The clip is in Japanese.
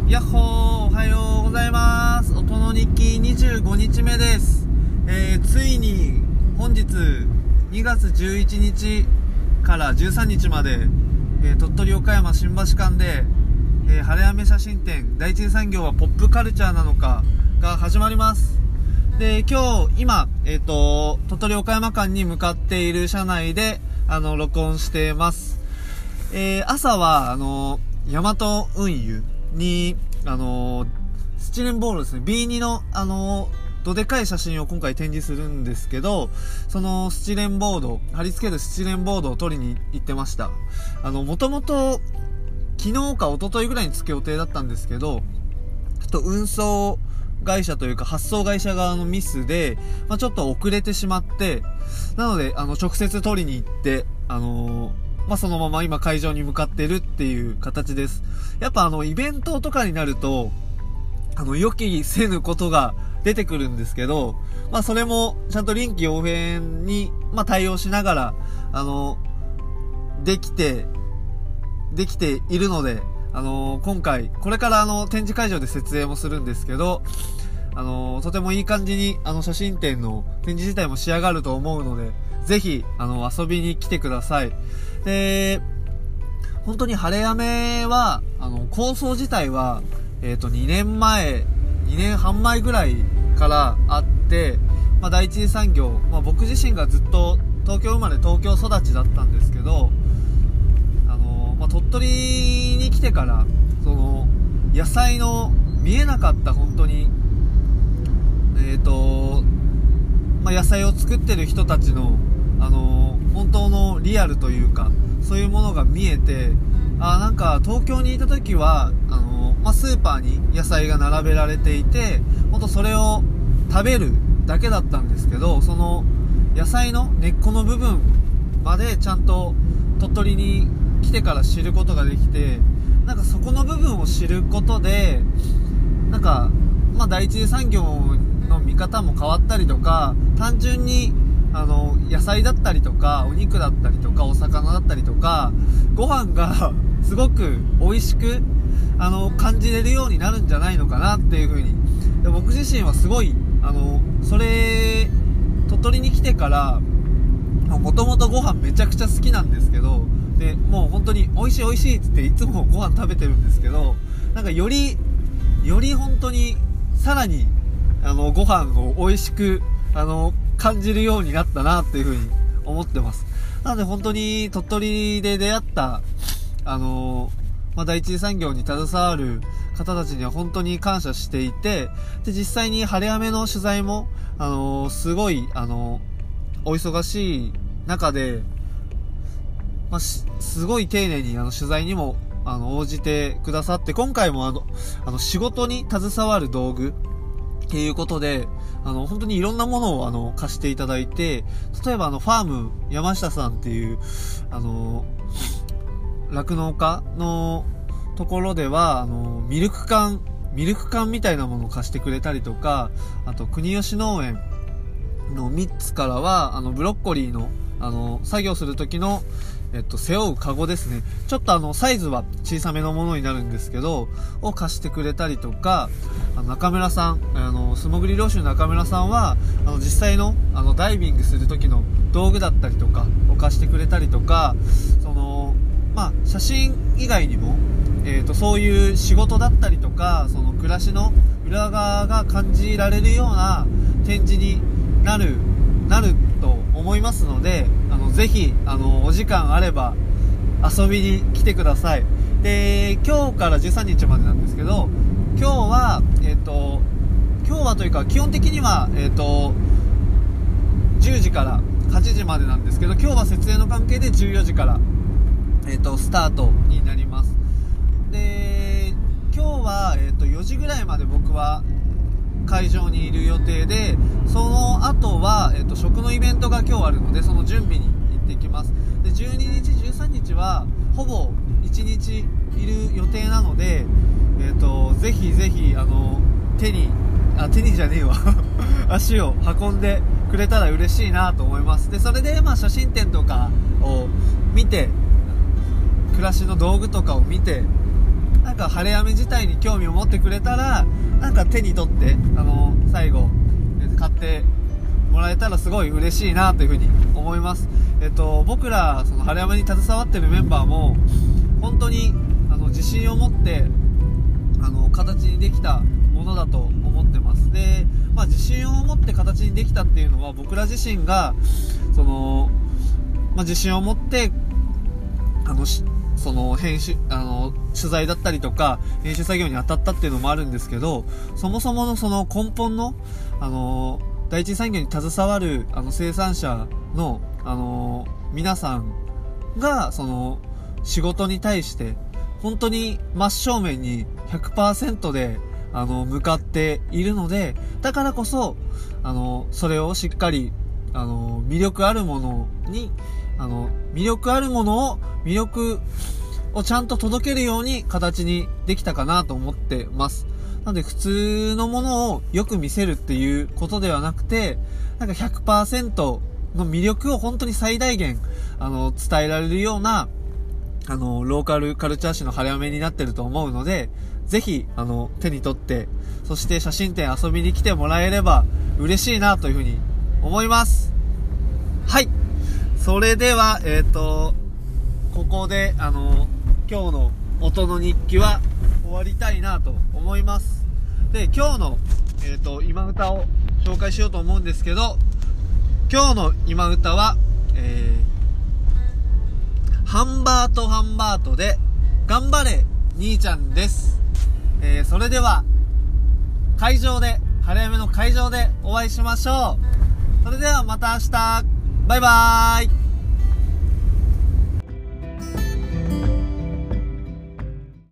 やっほー、おはようございます。音の日記25日目です。ついに本日2月11日から13日まで、鳥取岡山新橋間で、晴れ雨写真展第一次産業はポップカルチャーなのかが始まります。で、今、鳥取岡山間に向かっている車内で録音しています。朝は大和運輸にスチレンボールですね、 B2 のどでかい写真を今回展示するんですけど、そのスチレンボード、貼り付けるスチレンボードを取りに行ってました。もともと昨日か一昨日ぐらいに着く予定だったんですけど、ちょっと運送会社というか発送会社側のミスで、ちょっと遅れてしまって、なので直接取りに行ってそのまま今会場に向かってるっていう形です。やっぱイベントとかになると予期せぬことが出てくるんですけど、それもちゃんと臨機応変に対応しながらできているので、今回これから展示会場で設営もするんですけど、とてもいい感じに写真展の展示自体も仕上がると思うので、ぜひ遊びに来てください。で、本当に晴れ雨は構想自体は2年半前ぐらいからあって、第一次産業、僕自身がずっと東京生まれ東京育ちだったんですけど、鳥取に来てからその野菜の見えなかった本当に野菜を作ってる人たちの本当のリアルというか、そういうものが見えて、なんか東京にいた時はスーパーに野菜が並べられていて、本当それを食べるだけだったんですけど、その野菜の根っこの部分までちゃんと鳥取に来てから知ることができて、なんかそこの部分を知ることで、なんか第一次産業の見方も変わったりとか、単純に野菜だったりとかお肉だったりとかお魚だったりとかご飯がすごく美味しく感じれるようになるんじゃないのかなっていう風に、で僕自身はすごいそれ鳥取に来てからもともとご飯めちゃくちゃ好きなんですけど、でもう本当に美味しい美味しいって言っていつもご飯食べてるんですけど、なんかより本当にさらにご飯を美味しく感じるようになったなっていう風に思ってます。なので本当に鳥取で出会った第一次産業に携わる方たちには本当に感謝していて、で実際に晴れ雨の取材もすごいお忙しい中で、すごい丁寧に取材にも応じてくださって、今回も仕事に携わる道具っていうことで本当にいろんなものを貸していただいて、例えばファーム山下さんっていう酪農家のところではミルク缶みたいなものを貸してくれたりとか、あと国吉農園の3つからはブロッコリーの作業する時の背負うカゴですね、ちょっとサイズは小さめのものになるんですけどを貸してくれたりとか、中村さん素潜り漁師の中村さんは実際のダイビングする時の道具だったりとかを貸してくれたりとか、写真以外にもそういう仕事だったりとか、その暮らしの裏側が感じられるような展示になると思いますので、ぜひお時間あれば遊びに来てください。で、今日から13日までなんですけど、今日はというか基本的には10時から8時までなんですけど、今日は設営の関係で14時からスタートになります。で、今日は4時ぐらいまで僕は会場にいる予定で、その後は食のイベントが今日あるので、その準備に行ってきます。で、12日13日はほぼ1日いる予定なので、ぜひぜひ手にじゃねえわ足を運んでくれたら嬉しいなと思います。でそれで写真展とかを見て、暮らしの道具とかを見て、 なんか晴れ雨自体に興味を持ってくれたら、なんか手に取って最後買ってもらえたらすごい嬉しいなというふうに思います。僕らその晴れ雨に携わってるメンバーも本当に自信を持って形にできたものだと思ってます。で、自信を持って形にできたっていうのは、僕ら自身が自信を持ってその編集取材だったりとか編集作業に当たったっていうのもあるんですけど、そもそものその根本の第一産業に携わる生産者の皆さんがその仕事に対して本当に真正面に 100% で向かっているので、だからこそそれをしっかり魅力あるものに魅力をちゃんと届けるように形にできたかなと思ってます。なので普通のものをよく見せるっていうことではなくて、なんか 100% の魅力を本当に最大限伝えられるようなローカルカルチャー誌の晴れ雨になってると思うので、ぜひ手に取って、そして写真展遊びに来てもらえれば嬉しいなというふうに思います。はい、それではここで今日の音の日記は終わりたいなと思います。で、今日の今歌を紹介しようと思うんですけど、今日の今歌はハンバートで頑張れ兄ちゃんです。それでは晴れ雨の会場でお会いしましょう。それではまた明日、バイバーイ。